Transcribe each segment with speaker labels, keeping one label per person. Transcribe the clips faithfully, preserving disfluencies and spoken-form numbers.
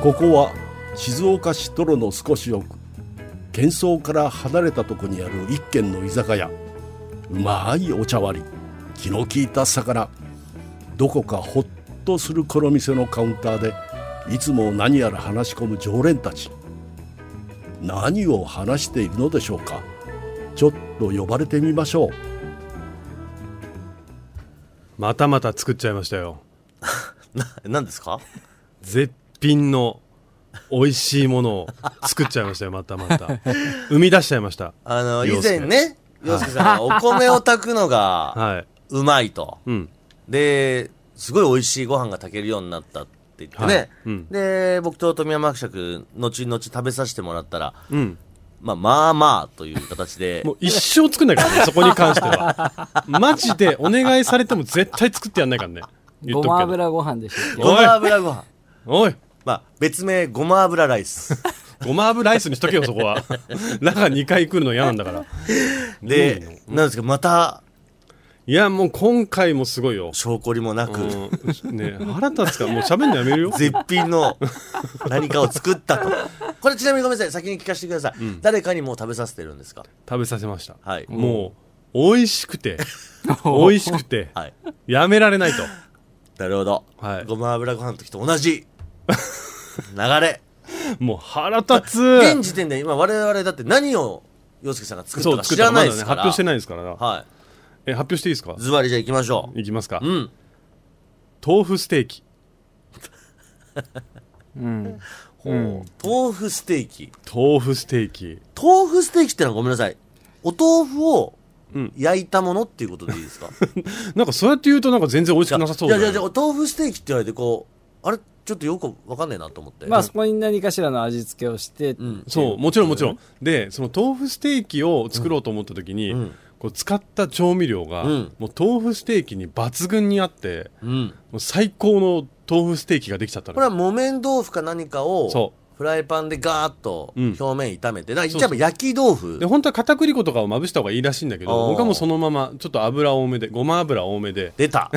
Speaker 1: ここは静岡市泥の少し奥、喧騒から離れたとこにある一軒の居酒屋。うまいお茶割り、気の利いた魚、どこかほっとするこの店のカウンターでいつも何やら話し込む常連たち。何を話しているのでしょうか。ちょっと呼ばれてみましょう。
Speaker 2: またまた作っちゃいましたよ。
Speaker 3: な、何ですか？
Speaker 2: 絶品の美味しいものを作っちゃいましたよ。またまた生み出しちゃいました。
Speaker 3: あの以前ね、陽介さんがお米を炊くのが
Speaker 2: は
Speaker 3: うまいと、
Speaker 2: い、うん、
Speaker 3: ですごい美味しいご飯が炊けるようになったって言ってね、
Speaker 2: はい、うん、
Speaker 3: で僕と富山伯爵後々食べさせてもらったら、
Speaker 2: うん、
Speaker 3: まあまあまあという形で
Speaker 2: もう一生作んないからねそこに関してはマジでお願いされても絶対作ってやんないからね。
Speaker 4: ごま油ご飯でしょ。
Speaker 3: ごま油ご飯、
Speaker 2: おい、
Speaker 3: まあ別名ごま油ライス
Speaker 2: ごま油ライスにしとけよそこは中にかい来るの嫌なんだから
Speaker 3: で、なんですか、また
Speaker 2: いやもう今回もすごいよ。
Speaker 3: 証拠りもなく、
Speaker 2: うん、ね、腹立つからもう喋んのやめるよ。
Speaker 3: 絶品の何かを作ったと。これちなみにごめんなさい、先に聞かせてください、うん、誰かにもう食べさせてるんですか？
Speaker 2: 食べさせました、
Speaker 3: はい、
Speaker 2: もう美味しくて美味しくて、はい、やめられないと。
Speaker 3: なるほど、はい、ごま油ご飯の時と同じ流れ
Speaker 2: もう腹立つ。
Speaker 3: 現時点で今我々だって何を陽介さんが作ったか知らないですから、
Speaker 2: まだね、発表してないですからな、
Speaker 3: はい、
Speaker 2: え発表していいですか？
Speaker 3: ズバリじゃあ行きましょう。
Speaker 2: 行きますか、
Speaker 3: うん、
Speaker 2: 豆腐ステーキ
Speaker 4: うん
Speaker 3: うん、豆腐ステーキ
Speaker 2: 豆腐ステーキ
Speaker 3: 豆腐ステーキってのはごめんなさい、お豆腐を焼いたものっていうことでいいですか？
Speaker 2: なんかそうやって言うとなんか全然美味しくなさそうだよ。
Speaker 3: いやいやいや、お豆腐ステーキって言われてこうあれちょっとよくわかんないなと思って、
Speaker 4: まあそこに何かしらの味付けをして、うん、
Speaker 2: そうもちろんもちろんで、その豆腐ステーキを作ろうと思った時に、うん、こう使った調味料が、うん、もう豆腐ステーキに抜群にあって、うん、もう最高の豆腐ステーキができちゃったの。
Speaker 3: これは木綿豆腐か何かをそうフライパンでガーッと表面炒めて、うん、だから言っちゃえば焼き豆腐
Speaker 2: で、本当は片栗粉とかをまぶした方がいいらしいんだけど、僕はもうそのままちょっと油多めで、ごま油多めで。
Speaker 3: 出た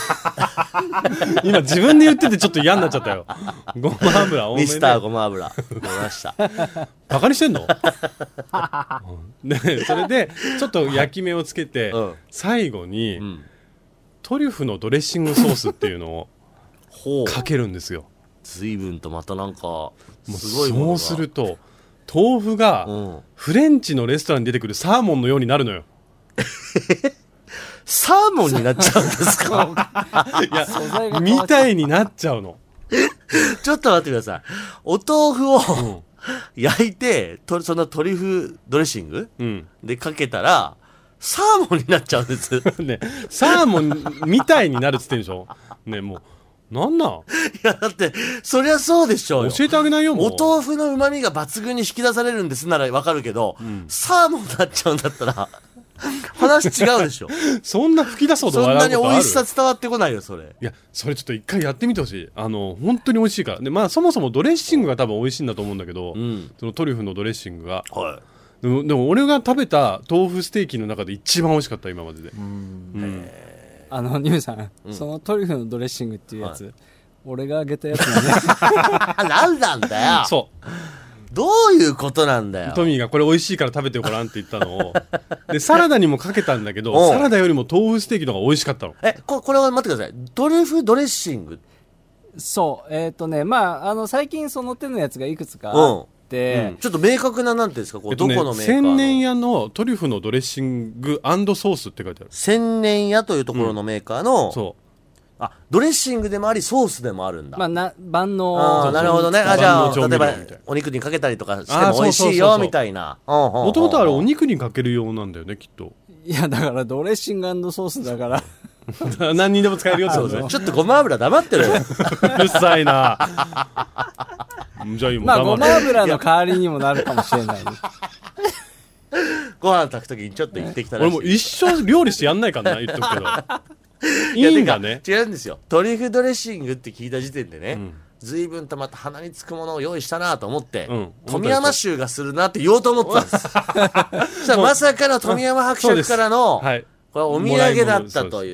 Speaker 2: 今自分で言っててちょっと嫌になっちゃったよ。ごま油多めで
Speaker 3: ミスターごま油出ました
Speaker 2: バカにしてんのでそれでちょっと焼き目をつけて、うん、最後に、うん、トリュフのドレッシングソースっていうのをかけるんですよ。
Speaker 3: 随分とまたなんか
Speaker 2: すごいものが、そうすると豆腐がフレンチのレストランに出てくるサーモンのようになるのよ。
Speaker 3: サーモンになっちゃうんですか？
Speaker 2: いやみたいになっちゃうの。
Speaker 3: ちょっと待ってください。お豆腐を、うん、焼いてとそのトリュフドレッシング、うん、でかけたらサーモンになっちゃうんです
Speaker 2: ね。サーモンみたいになるっつってんでしょね。もうなんなん？い
Speaker 3: やだってそりゃそうでしょうよ。
Speaker 2: 教えてあげないよ。もう
Speaker 3: お豆腐の旨味が抜群に引き出されるんですならわかるけど、うん、サーモンになっちゃうんだったら話違うでしょ。
Speaker 2: そんな吹き出そうと
Speaker 3: 笑うことある？そんなに美味しさ伝わってこないよそれ。
Speaker 2: いやそれちょっと一回やってみてほしい。あの本当に美味しいから。でまあそもそもドレッシングが多分美味しいんだと思うんだけど、うん、そのトリュフのドレッシングが、はい、でも、でも俺が食べた豆腐ステーキの中で一番美味しかった今までで。うん、
Speaker 4: うん、あのニムさん、うん、そのトリュフのドレッシングっていうやつ、はい、俺があげたやつなんね。
Speaker 3: 何なんだよ。
Speaker 2: そう
Speaker 3: どういうことなんだよ。
Speaker 2: トミーがこれ美味しいから食べてごらんって言ったのをでサラダにもかけたんだけどサラダよりも豆腐ステーキの方が美味しかったの。
Speaker 3: え こ, これは待ってください。トリュフドレッシング。
Speaker 4: そうえっ、ー、とねまああの最近その手のやつがいくつかあって、
Speaker 3: うん、ちょっと明確ななんていうんですかこう、えっとね、どこのメーカーの
Speaker 2: 千年屋のトリュフのドレッシング&ソースって書いてある。
Speaker 3: 千年屋というところのメーカーの、うん、そうあドレッシングでもありソースでもあるんだ。
Speaker 4: まあな万能。
Speaker 3: あなるほどね。あじゃあ例えばお肉にかけたりとかしても美味しいよみたいな。
Speaker 2: もともとあれお肉にかけるようなんだよねきっと。
Speaker 4: いやだからドレッシング&ソースだから
Speaker 2: 何にでも使えるよってことね。
Speaker 3: ちょっとごま油黙ってるよ。
Speaker 2: うるさいな。じゃあいいもん。
Speaker 4: まあごま油の代わりにもなるかもしれない。
Speaker 3: ご飯炊くときにちょっと行ってきたらしい。
Speaker 2: 俺もう一生料理してやんないからな言っとくけど。いいんだね。
Speaker 3: 違うんですよ。トリュフドレッシングって聞いた時点でね、うん、随分とまた鼻につくものを用意したなと思って、うん、富山州がするなって言おうと思ってたんです。そしたらまさかの富山伯爵からの、はい、これお土産だったという。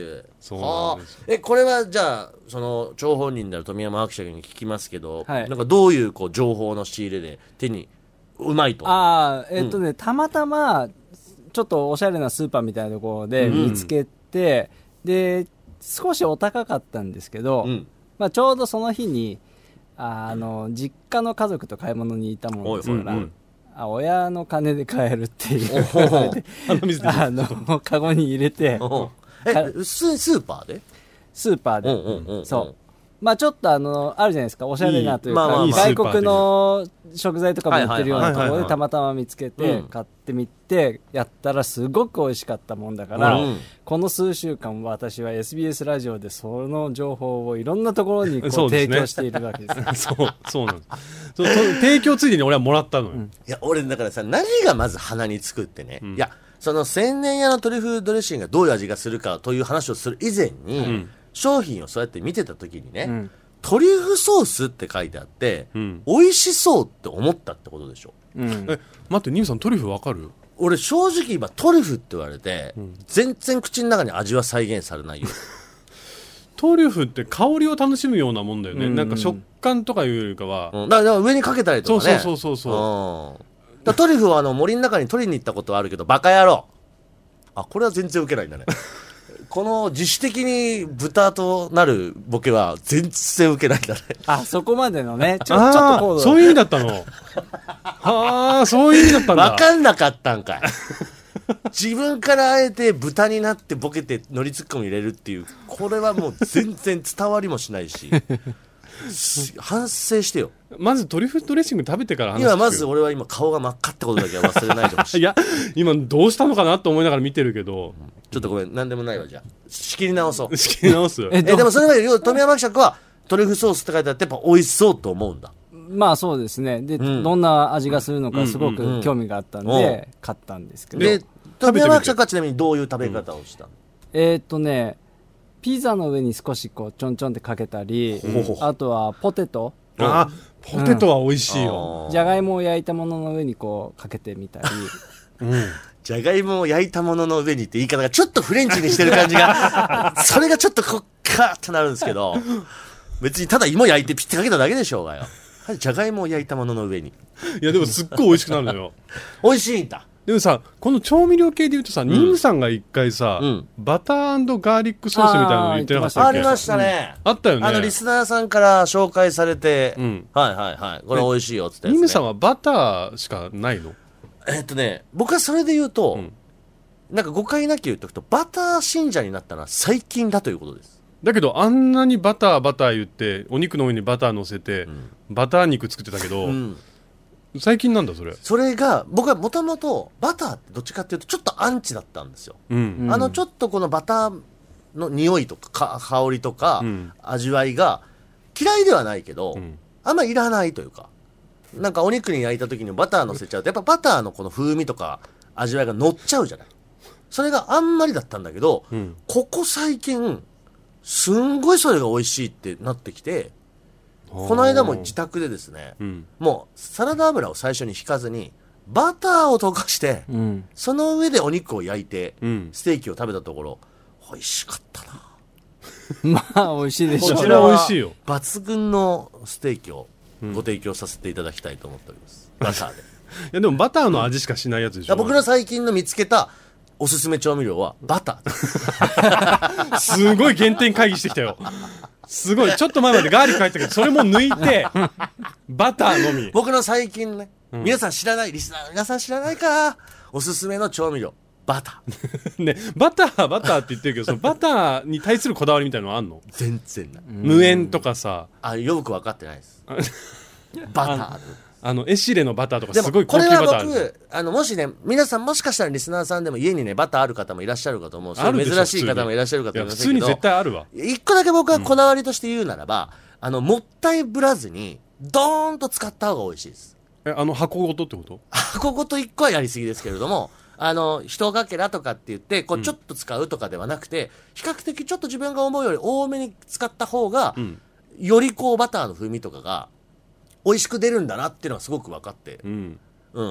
Speaker 2: そうなんです。
Speaker 3: え、これはじゃあその張本人である富山伯爵に聞きますけど、
Speaker 4: はい、
Speaker 3: なんかどういうこう情報の仕入れで手にうまいと。
Speaker 4: ああ、えっとね、うん、たまたまちょっとおしゃれなスーパーみたいなところで見つけて、うん、で少しお高かったんですけど、うん、まあ、ちょうどその日にあの実家の家族と買い物に行ったものですから、うんうん、あ親の金で買えるっていうあのカゴに入れて
Speaker 3: えス, スーパーで
Speaker 4: スーパーで、うんうんうん、そうまあちょっとあのあるじゃないですか、おしゃれなというか、いい、まあまあまあ、外国の食材とかも売ってるようなところでたまたま見つけて買ってみてやったらすごく美味しかったもんだから、うん、この数週間私は エスビーエス ラジオでその情報をいろんなところにこう提供しているわけです、ね、
Speaker 2: そうそうなんですそう提供ついでに俺はもらったのよ、うん、
Speaker 3: いや俺だからさ、何がまず鼻につくってね、うん、いやその千年屋のトリュフドレッシングがどういう味がするかという話をする以前に、うん、商品をそうやって見てた時にね、うん、トリュフソースって書いてあって、うん、美味しそうって思ったってことでしょ、
Speaker 2: うん、え待ってニムさんトリュフわかる？
Speaker 3: 俺正直今トリュフって言われて、うん、全然口の中に味は再現されないよ
Speaker 2: トリュフって香りを楽しむようなもんだよね、うん、なんか食感とかいうよりかは、
Speaker 3: うん、だから上にかけたりとかね、
Speaker 2: そうそうそうそう、
Speaker 3: うんだトリュフはあの森の中に取りに行ったことはあるけどバカ野郎、あこれは全然ウケないんだねこの自主的に豚となるボケは全然ウケないんだね
Speaker 4: あそこまでのねちょ、ちょっと高度
Speaker 2: そういう意味だったのはあそういう意味だったんだ
Speaker 3: 分かんなかったんかい自分からあえて豚になってボケてノリツッコミ入れるっていうこれはもう全然伝わりもしないし反省してよ。
Speaker 2: まずトリュフドレッシング食べてから話してよ。
Speaker 3: 今まず俺は今顔が真っ赤ってことだけは忘れないでほしい
Speaker 2: いや今どうしたのかなと思いながら見てるけど、うん、
Speaker 3: ちょっとごめん何でもないわ。じゃあ仕切り直そう
Speaker 2: 仕切り直す
Speaker 3: えでもそれは富山伯爵はトリュフソースって書いてあってやっぱ美味しそうと思うんだ。
Speaker 4: まあそうですねで、うん、どんな味がするのかすごく興味があったんで、うんうんうん、買ったんですけど。で
Speaker 3: 富山伯爵はちなみにどういう食べ方をしたの？
Speaker 4: うん、えー、っとねピザの上に少しこうちょんちょんってかけたり、うん、あとはポテト、
Speaker 2: あポテトは美味しいよ、
Speaker 4: うん、じゃがいもを焼いたものの上にこうかけてみたり、
Speaker 3: うん、じゃがいもを焼いたものの上にって言い方がちょっとフレンチにしてる感じがそれがちょっとこっかーってなるんですけど別にただ芋焼いてピッてかけただけでしょうがよ。じゃがいもを焼いたものの上に
Speaker 2: いやでもすっごい美味しくなるのよ
Speaker 3: 美味しいんだ。
Speaker 2: でもさこの調味料系で言うとさ、うん、ニムさんが一回さ、うん、バター&ガーリックソースみたいなの言ってなかったっけ？
Speaker 3: あ, ありましたね、
Speaker 2: うん、あったよね。
Speaker 3: あのリスナーさんから紹介されて、うん、はいはいはいこれ美味しいよっつってやつね。
Speaker 2: ニムさんはバターしかないの？
Speaker 3: えっとね僕はそれで言うと、うん、なんか誤解なき言っとくとバター信者になったのは最近だということです。
Speaker 2: だけどあんなにバターバター言ってお肉の上にバター乗せて、うん、バター肉作ってたけど、うん最近なんだそれ。それが
Speaker 3: 僕はもともとバターってどっちかっていうとちょっとアンチだったんですよ、うん、あのちょっとこのバターの匂いとか香りとか味わいが嫌いではないけど、うん、あんまりいらないというかなんかお肉に焼いた時にバター乗せちゃうとやっぱバターのこの風味とか味わいが乗っちゃうじゃない。それがあんまりだったんだけど、うん、ここ最近すんごいそれが美味しいってなってきてこの間も自宅でですね、うん、もうサラダ油を最初に引かずにバターを溶かして、うん、その上でお肉を焼いて、うん、ステーキを食べたところ美味しかった
Speaker 4: なまあ美味しいでしょう。
Speaker 2: こちらは美味しいよ。
Speaker 3: 抜群のステーキをご提供させていただきたいと思っております、うん、バターでい
Speaker 2: やでもバターの味しかしないやつでしょ、
Speaker 3: うん、僕の最近の見つけたおすすめ調味料はバタ
Speaker 2: ーすごい原点会議してきたよすごいちょっと前までガーリック入ったけどそれも抜いてバターのみ。
Speaker 3: 僕の最近ね、うん、皆さん知らないリスナーの皆さん知らないかおすすめの調味料バタ
Speaker 2: ーねバターバターって言ってるけどそのバターに対するこだわりみたいなのはあんの？
Speaker 3: 全然ない。
Speaker 2: 無塩とかさ
Speaker 3: あよく分かってないですバター
Speaker 2: あのエシレのバターとかすごい高級バターある。
Speaker 3: これは僕あのもしね皆さんもしかしたらリスナーさんでも家にねバターある方もいらっしゃるかと思う。そういう珍しい方もいらっしゃるかと思いますけど
Speaker 2: 普通に絶対あるわ。
Speaker 3: 一個だけ僕はこだわりとして言うならば、うん、あのもったいぶらずにドーンと使った方が美味しいです。
Speaker 2: えあの箱ごとってこと？
Speaker 3: 箱ごといっこはやりすぎですけれどもあの一かけらとかって言ってこうちょっと使うとかではなくて、うん、比較的ちょっと自分が思うより多めに使った方が、うん、よりこうバターの風味とかが美味しく出るんだなっていうのはすごく分かって、うんうん、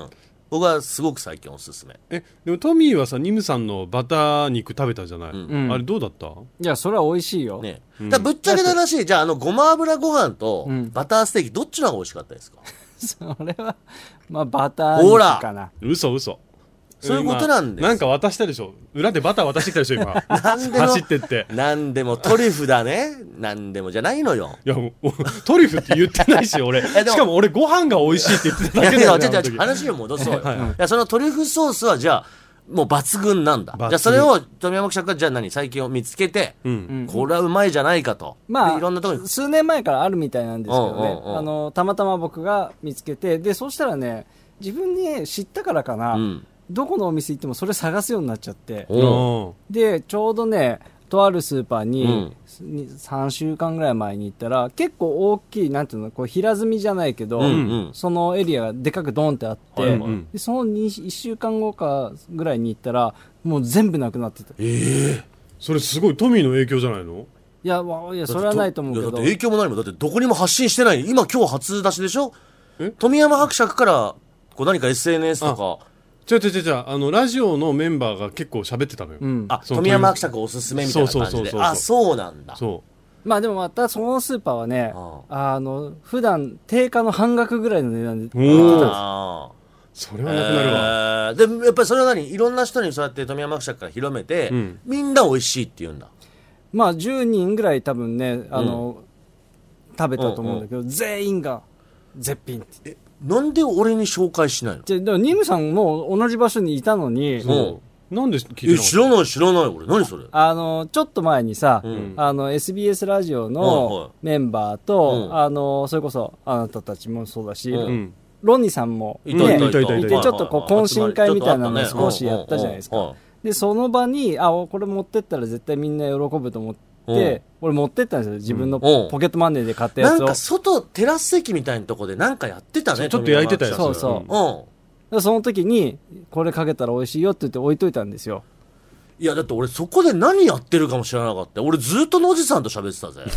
Speaker 3: 僕はすごく最近おすすめ。
Speaker 2: えでもトミーはさニムさんのバター肉食べたじゃない、うん、あれどうだった？い
Speaker 4: やそれは美味しいよ、ね、
Speaker 3: うん、だぶっちゃけた話、じゃああのごま油ご飯とバターステーキどっちの方が美味しかったですか？
Speaker 4: それはまあバター肉かな。
Speaker 2: 嘘嘘
Speaker 3: そういうことなんです。
Speaker 2: なんか渡したでしょ、裏でバター渡してきたでしょ今
Speaker 3: なんでも
Speaker 2: 走ってって
Speaker 3: なんでもトリュフだねなんでもじゃないのよ。
Speaker 2: いやトリュフって言ってないし俺しかも俺ご飯が美味しいって言ってただけだよ。
Speaker 3: いやいや話を戻そうよ、はいはい、いやそのトリュフソースはじゃあもう抜群なんだ。じゃあそれを富山記者がじゃあ何最近を見つけて、うん、これはうまいじゃないかと、
Speaker 4: まあ
Speaker 3: いろんなところに
Speaker 4: 数年前からあるみたいなんですけどね、あのたまたま僕が見つけて、でそうしたらね自分に知ったからかな、うん、どこのお店行ってもそれ探すようになっちゃって、でちょうどねとあるスーパーにさんしゅうかんぐらい前に行ったら結構大きいなんていうのこう平積みじゃないけど、うんうん、そのエリアがでかくドンってあって、はいはい、でそのいっしゅうかんごかぐらいに行ったらもう全部なくなってた。
Speaker 2: えー、それすごいトミーの影響じゃないの？
Speaker 4: いや、いやそれはないと思うけど。
Speaker 3: だって影響もないもん。だってどこにも発信してない。今今日初出しでしょ。富山伯爵からこう何か エスエヌエス とか。
Speaker 2: ちょちょちょちょあのラジオのメンバーが結構喋ってたのよ、うん、
Speaker 3: あ富山伯爵おすすめみたいな感じで。あそうなんだ。
Speaker 2: そう
Speaker 4: まあでもまたそのスーパーはね、ああの普段定価の半額ぐらいの値段で売ってたんです。
Speaker 2: それはなくなるわ、
Speaker 3: えー、でやっぱりそれは何いろんな人にそうやって富山伯爵から広めて、うん、みんな美味しいって言うんだ。
Speaker 4: まあじゅうにんぐらい多分ねあの、うん、食べたと思うんだけど、うんうん、全員が絶品って。え
Speaker 3: なんで俺に紹介しないの？
Speaker 4: じゃだからニムさんも同じ場所にいたのに、
Speaker 2: うん、なんで聞いてなかった？
Speaker 3: 知らない知らない俺何それ。
Speaker 4: あのちょっと前にさ、うん、あの エスビーエス ラジオのメンバーと、うん、あのそれこそあなたたちもそうだし、うん、ロニさんも、ね、いたいたいたいたいてちょっとこう懇親会みたいなの少しやったじゃないですか。でその場にあこれ持ってったら絶対みんな喜ぶと思ってで俺持ってったんですよ自分のポケットマネーで買ったやつを。
Speaker 3: なんか外テラス席みたいなとこでなんかやってたね。
Speaker 2: ちょっと焼いてたよ。
Speaker 4: そうそう、うん、その時にこれかけたら美味しいよって言って置いといたんですよ。
Speaker 3: いやだって俺そこで何やってるかも知らなかった。俺ずっと野地さんと喋ってたぜ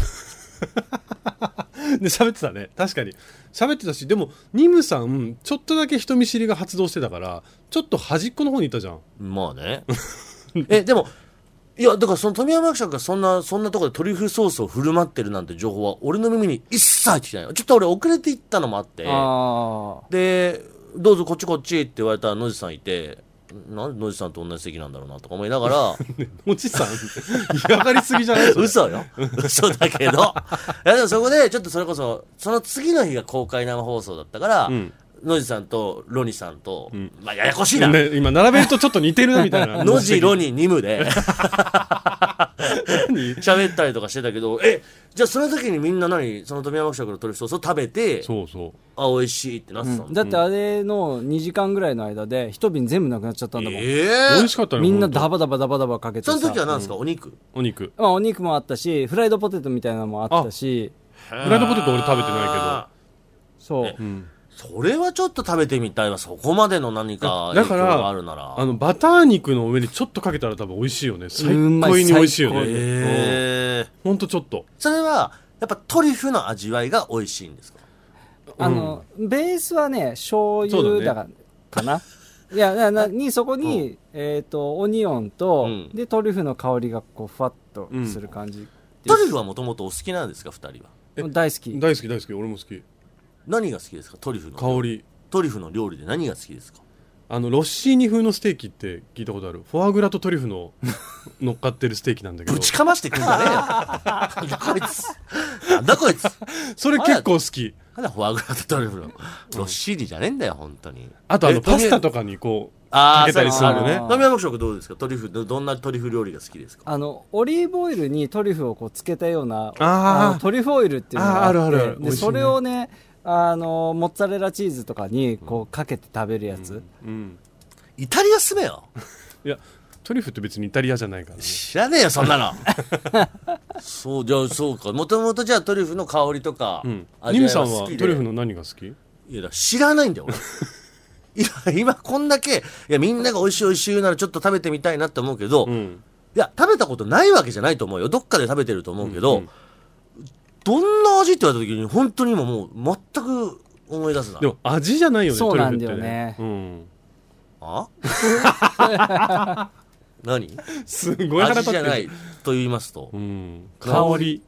Speaker 2: で喋ってたね。確かに喋ってたし、でもニムさんちょっとだけ人見知りが発動してたからちょっと端っこの方にいたじゃん。
Speaker 3: まあねえでもいやだからその富山伯爵がそんなそんなところでトリュフソースを振る舞ってるなんて情報は俺の耳に一切来てない。ちょっと俺遅れて行ったのもあって、あでどうぞこっちこっちって言われたら野地さんいて、なんで野地さんと同じ席なんだろうなとか思いながら
Speaker 2: 野地さん嫌がりすぎじゃない
Speaker 3: 嘘よ嘘だけどいやでもそこでちょっとそれこそその次の日が公開生放送だったから、うん野地さんとロニさんと、うん、まあややこしいな、ね、
Speaker 2: 今並べるとちょっと似てるなみたいな
Speaker 3: 野地ロニニムで喋ったりとかしてたけど、えじゃあその時にみんな何その富山伯爵のトリュフソースを食べて
Speaker 2: そうそう
Speaker 3: あ美味しいってなってたの、
Speaker 4: うん、だってあれのにじかんぐらいの間で一瓶全部なくなっちゃったんだもん、
Speaker 3: えー、
Speaker 2: 美味しかったよ
Speaker 4: みんなダバダバダバダバかけてさ。
Speaker 3: その時は何ですか、うん、お肉
Speaker 2: お肉、
Speaker 4: まあ、お肉もあったしフライドポテトみたいなのもあったし。
Speaker 2: フライドポテト俺食べてないけど
Speaker 4: そう、うん
Speaker 3: それはちょっと食べてみたいわ。そこまでの何か影響があるなら。
Speaker 2: あのバター肉の上にちょっとかけたら多分美味しいよね。最高に美味しいよね。へー、ほんとちょっと。
Speaker 3: それはやっぱトリュフの味わいが美味しいんですか？
Speaker 4: あの、うん、ベースはね醤油だから、ね、かな。いやなにそこに、うん、えっ、ー、とオニオンと、うん、でトリュフの香りがこうふわっとする感じ、うん、
Speaker 3: トリュフはもともとお好きなんですかふたりは？
Speaker 4: 大好き
Speaker 2: 大好き大好き俺も好き。
Speaker 3: 何が好きですか？トリュフの
Speaker 2: 香り。
Speaker 3: トリュフの料理で何が好きですか？
Speaker 2: あのロッシーニ風のステーキって聞いたことある？フォアグラとトリュフの乗っかってるステーキなんだけど
Speaker 3: ぶちかましてくんじゃねえよなんだこいつなんだこいつ
Speaker 2: それ結構好き。
Speaker 3: なんだフォアグラとトリュフのロッシーニじゃねえんだよ本当に。
Speaker 2: あとあのパスタとかにこうかけたりするのね。
Speaker 3: 富山伯爵どうですか？トリュフどんなトリュフ料理が好きですか？
Speaker 4: あのオリーブオイルにトリュフをこうつけたようなああトリュフオイルっていうのがあって、ああるあるあるでそれをねあのモッツァレラチーズとかにこうかけて食べるやつ、うんうん、
Speaker 3: イタリア住めよ
Speaker 2: いやトリュフって別にイタリアじゃないから、ね、
Speaker 3: 知らねえよそんなのそうじゃあそうかもともとじゃあトリュフの香りとか、うん、
Speaker 2: ニムさんはトリュフの何が好き？
Speaker 3: いやだ知らないんだよ俺今こんだけいやみんなが美味しい美味しい言うならちょっと食べてみたいなって思うけど、うん、いや食べたことないわけじゃないと思うよ。どっかで食べてると思うけど、うんうんどんな味って言われた時に本当に今もう全く思い出すな。
Speaker 2: でも味じゃないよね。
Speaker 4: そうなんだよね、
Speaker 2: うん、
Speaker 3: あ何
Speaker 2: すごい腹立ってる。
Speaker 3: 味じゃないと言いますと、
Speaker 2: うん、香り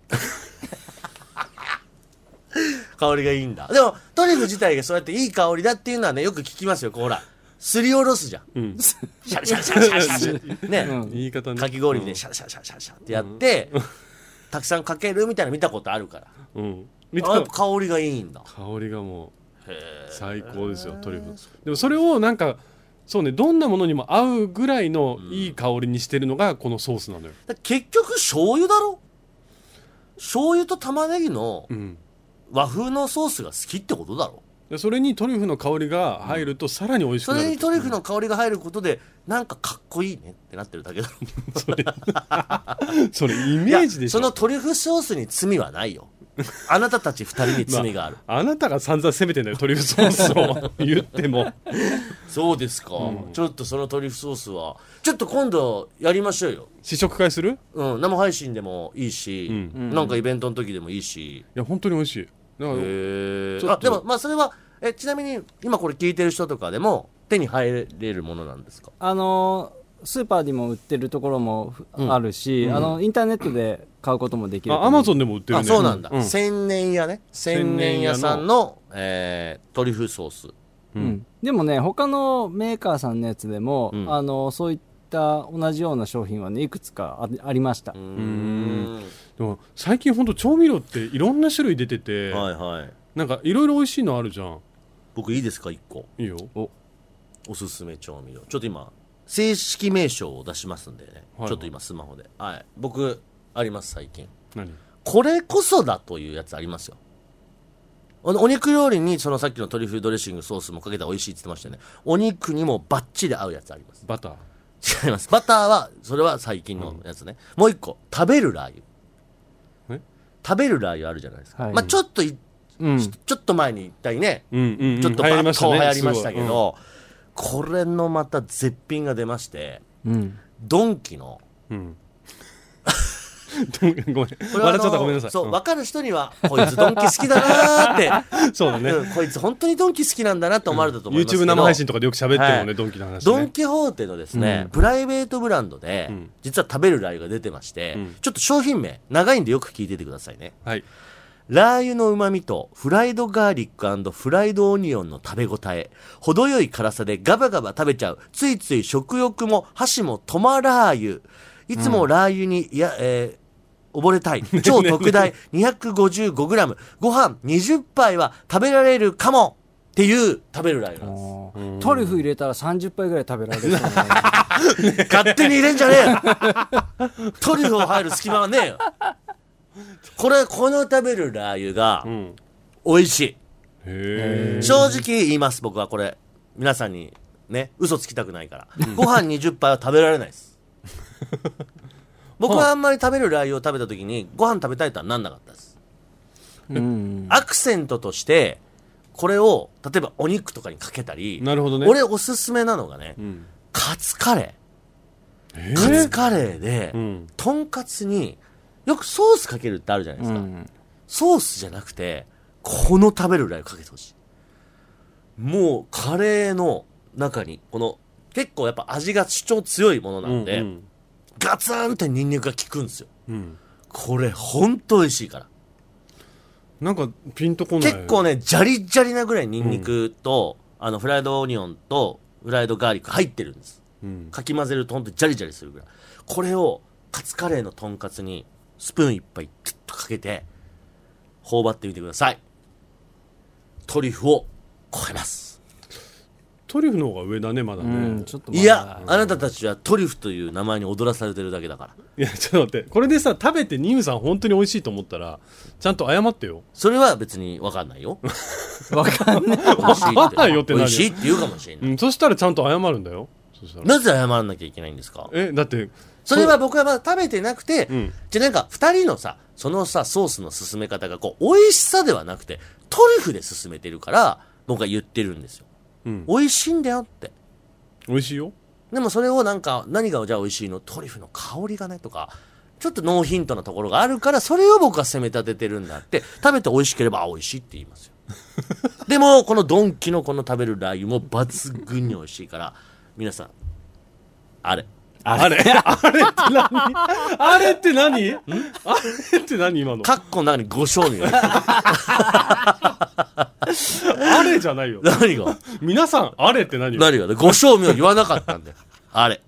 Speaker 3: 香りがいいんだ。でもトリュフ自体がそうやっていい香りだっていうのはね、よく聞きますよ。こうほらすりおろすじゃん、うん、シャリシャリシャリシャリシャリね、うん、言い方ね、かき氷でシャリシャリシャリシャリシャリってやって、うん、たくさんかけるみたいな見たことあるから、うん、見た香りがいいんだ。
Speaker 2: 香りがもう最高ですよトリュフ。でもそれをなんかそうね、どんなものにも合うぐらいのいい香りにしてるのがこのソースなのよ。
Speaker 3: 結局醤油だろ。醤油と玉ねぎの和風のソースが好きってことだろ。
Speaker 2: でそれにトリュフの香りが入るとさらに美味しくなる。
Speaker 3: それにトリュフの香りが入ることでなんかかっこいいねってなってるだけだろ。
Speaker 2: それそれイメージでしょ。
Speaker 3: そのトリュフソースに罪はないよ。あなたたちふたりに罪がある、
Speaker 2: まあ、あなたが散々責めてんだよトリュフソースを言っても
Speaker 3: そうですか、うん、ちょっとそのトリュフソースはちょっと今度やりましょうよ。
Speaker 2: 試食会する？
Speaker 3: うん、生配信でもいいし、うん、なんかイベントの時でもいいし。
Speaker 2: いや本当に美味しい。だから
Speaker 3: へあでもまあそれはえちなみに今これ聞いてる人とかでも手に入れるものなんですか？
Speaker 4: あのースーパーにも売ってるところもあるし、うん、あのインターネットで買うこともできる。
Speaker 2: アマゾンでも売ってるね。
Speaker 3: あそうなんだ、うん、千年屋ね、千年屋さんの、えー、トリュフソース、
Speaker 4: うんうん、でもね他のメーカーさんのやつでも、うん、あのそういった同じような商品はねいくつか あ, ありました。うーん
Speaker 2: でも最近ほんと調味料っていろんな種類出てて、はいはい、なんかいろいろ美味しいのあるじゃん。
Speaker 3: 僕いいですかいっこ。
Speaker 2: いいよ。
Speaker 3: お, おすすめ調味料ちょっと今正式名称を出しますんでね、はいはい、ちょっと今スマホで、はい、僕あります最近。
Speaker 2: 何
Speaker 3: これこそだというやつありますよ。 お, お肉料理にそのさっきのトリュフドレッシングソースもかけたら美味しいって言ってましたよね。お肉にもバッチリ合うやつあります。
Speaker 2: バタ
Speaker 3: ー違います。バターはそれは最近のやつね、うん、もう一個食べるラー油。え食べるラー油あるじゃないですか、はい、まあちょっとい、うん、ちょっと前に一体ね、うんうんうん、ちょっとバッと流行りましたけど、これのまた絶品が出まして、うん、ドンキの、うん、
Speaker 2: ごめん笑っちゃったごめんなさい。
Speaker 3: そう、うん、分かる人にはこいつドンキ好きだなーって
Speaker 2: そうだね、
Speaker 3: うん、こいつ本当にドンキ好きなんだなって思われたと思いますけど、
Speaker 2: うん、YouTube 生配信とかでよく喋ってるもんね、はい、ドンキの話ね。
Speaker 3: ドンキホーテのですね、うん、プライベートブランドで、うん、実は食べるラー油が出てまして、うん、ちょっと商品名長いんでよく聞いててくださいね。はい。ラー油の旨味とフライドガーリック&フライドオニオンの食べ応え、程よい辛さでガバガバ食べちゃう、ついつい食欲も箸も止まラー油、いつもラー油に、いや、えー、溺れたい超特大 にひゃくごじゅうごグラム ご飯にじゅっぱいは食べられるかもっていう食べるラー油なんです。
Speaker 4: トリュフ入れたらさんじゅっぱいぐらい食べられる、ね、
Speaker 3: 勝手に入れんじゃねえよトリュフを入る隙間はねえよ。これこの食べるラー油が美味しい、うん、へー正直言います。僕はこれ皆さんにね嘘つきたくないから、うん、ご飯にじゅっぱいは食べられないです僕はあんまり食べるラー油を食べた時にご飯食べたいとはなんなかったです、うん、アクセントとしてこれを例えばお肉とかにかけたり。
Speaker 2: なるほどね。
Speaker 3: 俺おすすめなのがね、うん、カツカレー、カツカレーで、うん、とんかつによくソースかけるってあるじゃないですか、うん、ソースじゃなくてこの食べるラー油かけてほしい。もうカレーの中にこの結構やっぱ味が主張強いものなんで、うんうん、ガツンってニンニクが効くんですよ、うん、これほんと美味しいから。
Speaker 2: なんかピンとこない。
Speaker 3: 結構ねジャリジャリなぐらいニンニクと、うん、あのフライドオニオンとフライドガーリック入ってるんです、うん、かき混ぜるとほんとジャリジャリするぐらい。これをカツカレーのとんかつにスプーン一杯キュッとかけて頬張ってみてください。トリュフを超えます。
Speaker 2: トリュフの方が上だねまだね、うん、
Speaker 3: ちょっとまだいやあなたたちはトリュフという名前に踊らされてるだけだから。
Speaker 2: いやちょっと待って、これでさ食べてニムさん本当に美味しいと思ったらちゃんと謝ってよ。
Speaker 3: それは別に分かんないよ
Speaker 4: 分かんない
Speaker 3: 美味しいって美味しいって言うかもしれない、
Speaker 2: うん、そしたらちゃんと謝るんだよ。そしたら
Speaker 3: なぜ謝らなきゃいけないんですか。
Speaker 2: えだって
Speaker 3: それは僕はまだ食べてなくて、うん、じゃあなんかふたりのさそのさソースの進め方がこう美味しさではなくてトリュフで進めてるから僕は言ってるんですよ、うん、美味しいんだよって。
Speaker 2: 美味しいよ。
Speaker 3: でもそれをなんか何がじゃあ美味しいの、トリュフの香りがねとかちょっとノーヒントなところがあるからそれを僕は攻め立ててるんだって。食べて美味しければ美味しいって言いますよでもこのドンキのこの食べるラー油も抜群に美味しいから皆さんあれ
Speaker 2: あれあれって何あれって何あれって何今の
Speaker 3: カッコの中にご賞味が
Speaker 2: あれじゃないよ。
Speaker 3: 何が
Speaker 2: 皆さんあれって何よ。
Speaker 3: 何がご賞味を言わなかったんだよ。あれ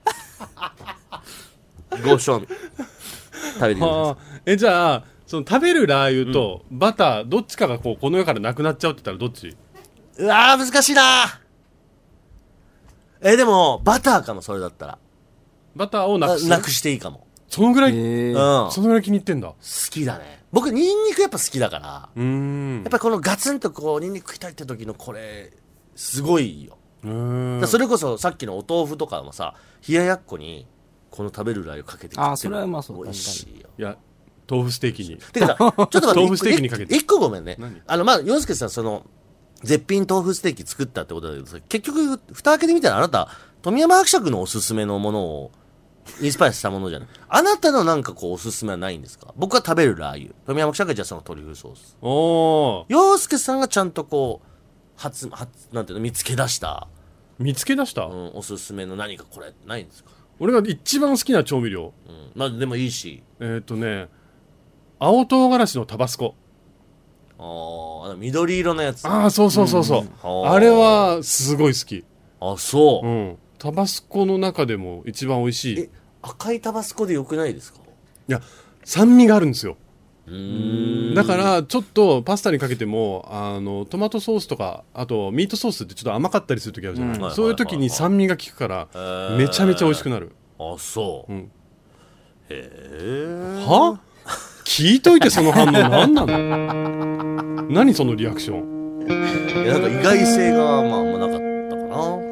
Speaker 3: ご賞味食べてください。
Speaker 2: えじゃあその食べるラー油とバター、どっちかがこうこの世からなくなっちゃうって言ったらどっち？
Speaker 3: うわー難しいな。えでもバターかも。それだったら
Speaker 2: バターをなくす
Speaker 3: なくしていいかも。
Speaker 2: そのぐらい、
Speaker 3: うん、
Speaker 2: そのぐらい気に入ってんだ。
Speaker 3: 好きだね。僕ニンニクやっぱ好きだから。
Speaker 2: うーん
Speaker 3: やっぱりこのガツンとこうニンニク食いたいって時のこれすごいよ。
Speaker 2: うーん
Speaker 3: それこそさっきのお豆腐とかもさ、冷ややっこにこの食べるラー油かけて食って
Speaker 4: あそれはうまそう。
Speaker 3: 美味しいよ。
Speaker 2: いや豆腐ステーキに
Speaker 3: てかさちょっと待って
Speaker 2: 豆腐ステーキにかけて
Speaker 3: 一個ごめんね
Speaker 2: 何。
Speaker 3: あのまあ洋介さんその絶品豆腐ステーキ作ったってことだけどさ、結局蓋開けてみたらあなた富山伯爵のおすすめのものをインスパイアしたものじゃない。あなたのなんかこうおすすめはないんですか。僕は食べるラー油、富山伯爵はじゃあそのトリュフソース。
Speaker 2: おー
Speaker 3: 洋介さんがちゃんとこう初初なんていうの見つけ出した、
Speaker 2: 見つけ出した、
Speaker 3: うん、おすすめの何かこれないんですか。
Speaker 2: 俺が一番好きな調味料、
Speaker 3: うん、まあでもいいし、
Speaker 2: えっ、ー、とね青唐辛子のタバスコ。
Speaker 3: ああ緑色のやつ。
Speaker 2: ああそうそうそうそう、
Speaker 3: うん、
Speaker 2: あれはすごい好き。
Speaker 3: あそう、
Speaker 2: うん、タバスコの中でも一番美味しい。
Speaker 3: え赤いタバスコでよくないですか。
Speaker 2: いや酸味があるんですよ。
Speaker 3: うーん
Speaker 2: だからちょっとパスタにかけてもあのトマトソースとかあとミートソースってちょっと甘かったりする時あるじゃない、
Speaker 3: うん
Speaker 2: そういう時に酸味が効くからめちゃめちゃ美味しくなる。
Speaker 3: あそう、
Speaker 2: うん、
Speaker 3: へえ
Speaker 2: は聞いといてその反応何なの何そのリアクション。
Speaker 3: いやなんか意外性がまああんまなかったかな。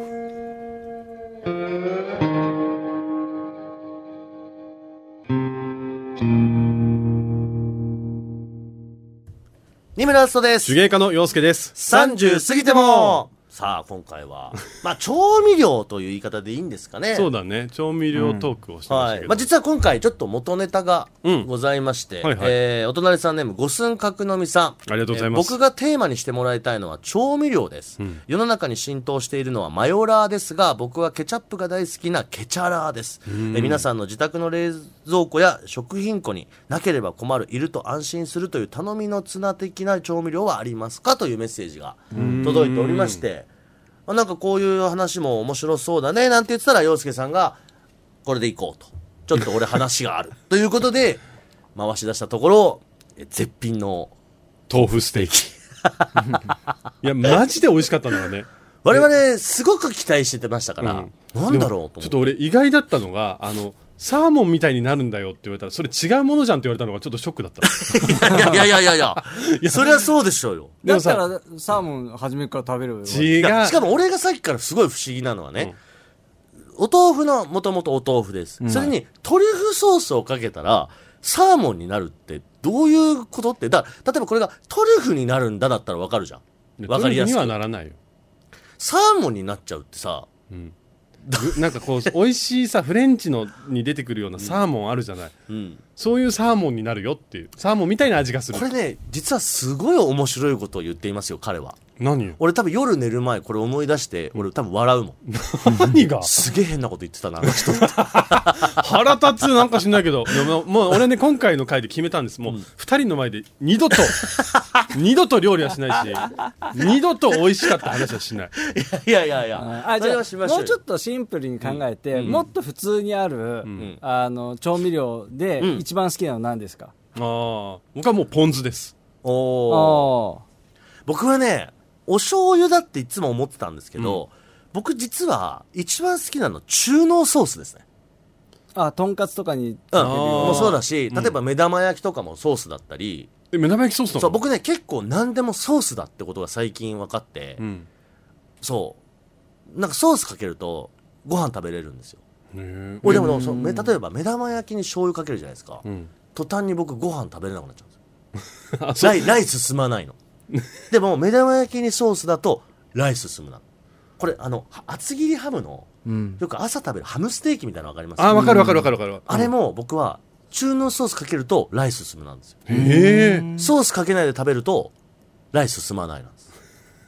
Speaker 3: 二村敦人です。
Speaker 2: 手芸家の陽介です。
Speaker 3: さんじゅう過ぎても。さあ今回はまあ調味料という言い方でいいんですかね。
Speaker 2: そうだね調味料トークをしてましたけど、
Speaker 3: はいまあ、実は今回ちょっと元ネタが
Speaker 2: うん
Speaker 3: ございまして、
Speaker 2: はいはい
Speaker 3: えーお隣さんネームごすん角のみさん、
Speaker 2: ありがとうございます
Speaker 3: えー僕がテーマにしてもらいたいのは調味料です、
Speaker 2: うん
Speaker 3: 世の中に浸透しているのはマヨラーですが僕はケチャップが大好きなケチャラーです、えー皆さんの自宅の冷蔵庫や食品庫になければ困るいると安心するという頼みの綱的な調味料はありますかというメッセージが届いておりまして、まあなんかこういう話も面白そうだねなんて言ってたら陽介さんがこれでいこうとちょっと俺話があるということで回し出したところえ絶品の
Speaker 2: 豆腐ステーキいやマジで美味しかったんだよね。
Speaker 3: 我々すごく期待してましたから、
Speaker 2: うん
Speaker 3: なんだろうと思って
Speaker 2: ちょっと俺意外だったのがあのサーモンみたいになるんだよって言われたらそれ違うものじゃんって言われたのがちょっとショックだった
Speaker 3: いやいやいやいやいやそれはそうでしょうよ。
Speaker 2: でもさ
Speaker 4: だったらサーモン初めから食べればよかった。
Speaker 2: 違
Speaker 3: いうやしか
Speaker 2: う
Speaker 3: も俺がさっきからすごい不思議なのはね、お豆腐のもともとお豆腐です、
Speaker 4: うん
Speaker 3: それにトリュフソースをかけたらサーモンになるってどういうことって。だ例えばこれがトリュフになるんだだったらわかるじゃん。わかりやす
Speaker 2: に
Speaker 3: く
Speaker 2: はならないよ、
Speaker 3: サーモンになっちゃうってさ、
Speaker 2: うん、ぐなんかこう美味しいさフレンチのに出てくるようなサーモンあるじゃない、
Speaker 3: うん、
Speaker 2: そういうサーモンになるよっていうサーモンみたいな味がする。
Speaker 3: これね実はすごい面白いことを言っていますよ彼は。
Speaker 2: 何よ
Speaker 3: 俺多分夜寝る前これ思い出して俺多分笑うもん
Speaker 2: 何が
Speaker 3: すげえ変なこと言ってたなあの人
Speaker 2: 腹立つなんかしないけどでももう俺ね今回の回で決めたんです。もう二人の前で二度と二度と料理はしないし二度と美味しかった話はしない
Speaker 3: いやいやいやそれ
Speaker 4: あじゃあ
Speaker 3: はしましょうよ
Speaker 4: もうちょっとシンプルに考えて、もっと普通にある、
Speaker 3: ん
Speaker 4: あの調味料で
Speaker 3: うん
Speaker 4: 一番好きなの何ですか。
Speaker 2: あー僕はもうポン酢です。
Speaker 3: おお
Speaker 4: あ
Speaker 3: 僕はねお醤油だっていつも思ってたんですけど、僕実は一番好きなの中濃ソースですね。
Speaker 4: ああとんかつとかに
Speaker 3: うん
Speaker 2: あー
Speaker 3: もうそうだし例えば目玉焼きとかもソースだったり、
Speaker 2: え目玉焼きソースなの。
Speaker 3: そう僕ね結構何でもソースだってことが最近分かって、
Speaker 2: うん
Speaker 3: そうなんかソースかけるとご飯食べれるんですよ。
Speaker 2: へー
Speaker 3: 俺でもそうめ例えば目玉焼きに醤油かけるじゃないですか、
Speaker 2: うん
Speaker 3: 途端に僕ご飯食べれなくなっちゃうんですよ
Speaker 2: あそう
Speaker 3: ライライス進まないのでも目玉焼きにソースだとライス進むな。これあのは厚切りハムの
Speaker 4: うん
Speaker 3: よく朝食べるハムステーキみたいなの分かります
Speaker 2: あ分かる分かる分かる分かる。
Speaker 3: あれも僕は中濃ソースかけるとライス進むなんですよ。
Speaker 2: へえ
Speaker 3: ソースかけないで食べるとライス進まないなんです。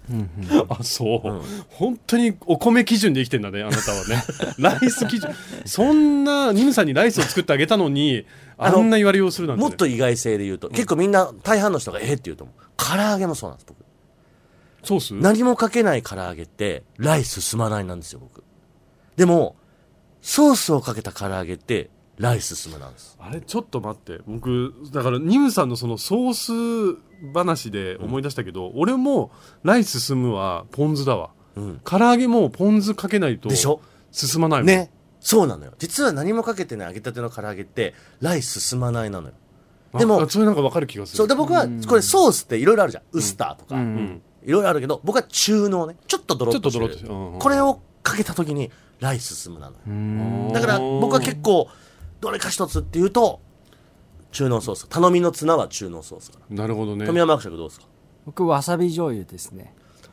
Speaker 2: あそう、うん、本当にお米基準で生きてんだねあなたはねライス基準そんなニムさんにライスを作ってあげたのにあんな言われようするなんて、ね、
Speaker 3: もっと意外性で言うと、うん、結構みんな大半の人がえーって言うと思う。唐揚げもそうなんです僕。
Speaker 2: ソース
Speaker 3: 何もかけない唐揚げってライス進まないなんですよ僕。でもソースをかけた唐揚げってライス進むなんです。
Speaker 2: あれちょっと待って僕だからニムさんのそのソース話で思い出したけど、うん、俺もライス進むはポン酢だわ、うん、唐揚げもポン酢かけないと進まないもん
Speaker 3: ね。そうなのよ。実は何もかけてない揚げたての唐揚げってライス進まないなのよ。
Speaker 2: でもそれなんか分かる気がする。
Speaker 3: そうで僕はこれソースっていろいろあるじゃん、ウスターとかいろいろあるけど、僕は中濃ね、ちょっとドロッとしてる、うんうん、これをかけた時にライス進むなのよ。だから僕は結構どれか一つっていうと中濃ソース。頼みのツナは中濃ソースかな。
Speaker 2: なるほどね。
Speaker 3: 富山伯爵どうですか？
Speaker 4: 僕わさび醤油ですね。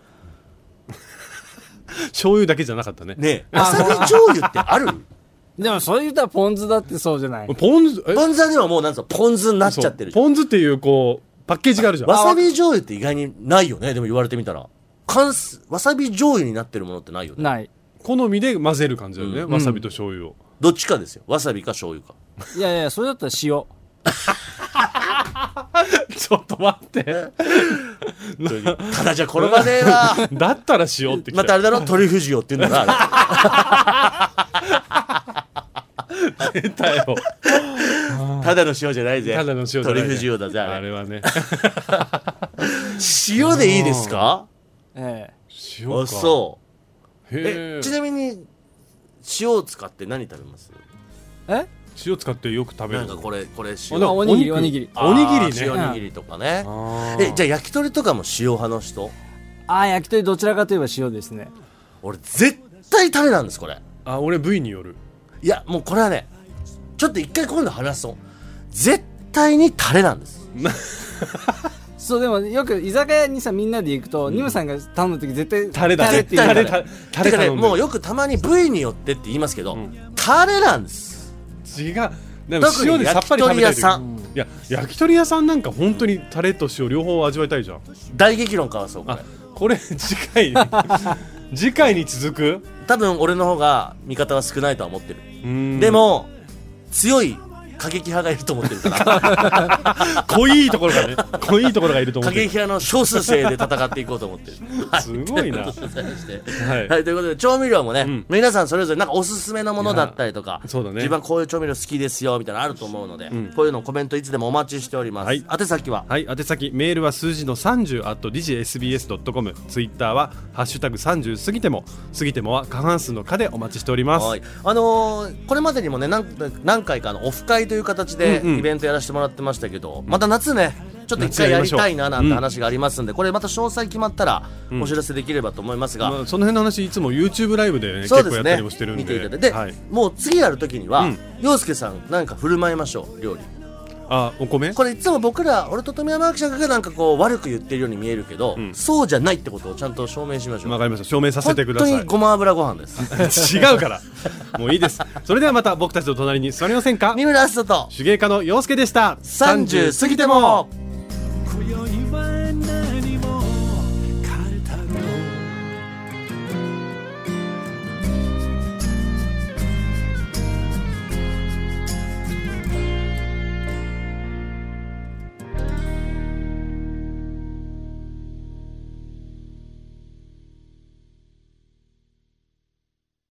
Speaker 2: 醤油だけじゃなかったね。
Speaker 3: ねえ、わさび醤油ってある？
Speaker 4: でもそれ言ったらポン酢だってそうじゃない。
Speaker 2: ポン酢
Speaker 3: ポン酢ではもうなんつうのポン酢になっちゃってるじゃん。
Speaker 2: ポン酢っていうこうパッケージがあるじゃん。
Speaker 3: わさび醤油って意外にないよね。でも言われてみたら関すわさび醤油になってるものってないよね。
Speaker 4: ない。
Speaker 2: 好みで混ぜる感じだよね、うん、わさびと醤油を、
Speaker 3: どっちかですよ。わさびか醤油か。
Speaker 4: いやいやそれだったら塩
Speaker 2: ちょっと待って
Speaker 3: ただじゃ転ばねえわ
Speaker 2: だったら塩ってきた。
Speaker 3: またあれだろ、トリュフ塩って言うんだな
Speaker 2: 出たよ
Speaker 3: ただの塩じゃないぜ。
Speaker 2: ただの塩じゃない、
Speaker 3: トリュフ塩だぜあれ。
Speaker 2: あれはね
Speaker 3: 塩でいいですか？
Speaker 4: ええ、
Speaker 2: 塩か。
Speaker 3: あそう
Speaker 2: へ
Speaker 3: えちなみに塩を使って何食べます？
Speaker 4: え
Speaker 2: 塩使ってよく食べる。
Speaker 3: なんかこれこれ塩
Speaker 4: おにぎりおにぎり
Speaker 2: おにぎりね。
Speaker 3: 塩おにぎりとかね。えじゃあ焼き鳥とかも塩派の人？
Speaker 4: ああ焼き鳥どちらかといえば塩ですね。
Speaker 3: 俺絶対タレなんですこれ。
Speaker 2: あ俺部位による。
Speaker 3: いやもうこれはねちょっと一回今度話そう。絶対にタレなんです
Speaker 4: そうでもよく居酒屋にさみんなで行くと、うん、ニムさんが頼む時絶対
Speaker 2: タレだ
Speaker 4: タレって言うから、
Speaker 3: タレね、もうよくたまに部位によってって言いますけど、うん、タレなんです。
Speaker 2: 違う。でも塩でさっぱり食べたい時。いや焼き鳥屋さんなんか本当にタレと塩両方味わいたいじゃん。
Speaker 3: 大激論交わそうこれ。
Speaker 2: これ次回次回に続く。
Speaker 3: 多分俺の方が味方は少ないとは思ってる。でも強い過激派がいると思ってるから
Speaker 2: 濃いところがね濃いところがいると思ってる。
Speaker 3: 過激派の少数生で戦っていこうと思ってる
Speaker 2: すごいなはい、
Speaker 3: はい、ということで調味料もね、うん、皆さんそれぞれなんかおすすめのものだったりとか、
Speaker 2: そうだね、
Speaker 3: 自分はこういう調味料好きですよみたいなのあると思うので、うん、こういうのコメントいつでもお待ちしております、はい、宛先は
Speaker 2: はい宛先メールは数字のさんじゅう at ディジエスビーエスドットコム、 ツイッターはハッシュタグさんじゅう過ぎても過ぎてもは過半数の課でお待ちしております。はい、
Speaker 3: あのー、これまでにもね 何, 何回かのオフ会という形でイベントやらせてもらってましたけど、うん、また夏ねちょっと一回やりたいななんて話がありますんで、うん、これまた詳細決まったらお知らせできればと思いますが、
Speaker 2: うんまあ、その辺の話いつも YouTube ライブで、ね、結構やったりもしてるんで、見ていただいて、
Speaker 3: はい、もう次やるときには、うん、陽介さん何か振る舞いましょう料理。
Speaker 2: あお米
Speaker 3: これいつも僕ら俺と富山伯爵がなんかこう悪く言ってるように見えるけど、うん、そうじゃないってことをちゃんと証明しましょう。
Speaker 2: わかりました。証明させてください。
Speaker 3: 本当にごま油ご飯です
Speaker 2: 違うからもういいです。それではまた僕たちの隣に座りませんか。
Speaker 3: 三村篤人と
Speaker 2: 手芸家の陽介でした。
Speaker 3: さんじゅう過ぎても。
Speaker 5: 今宵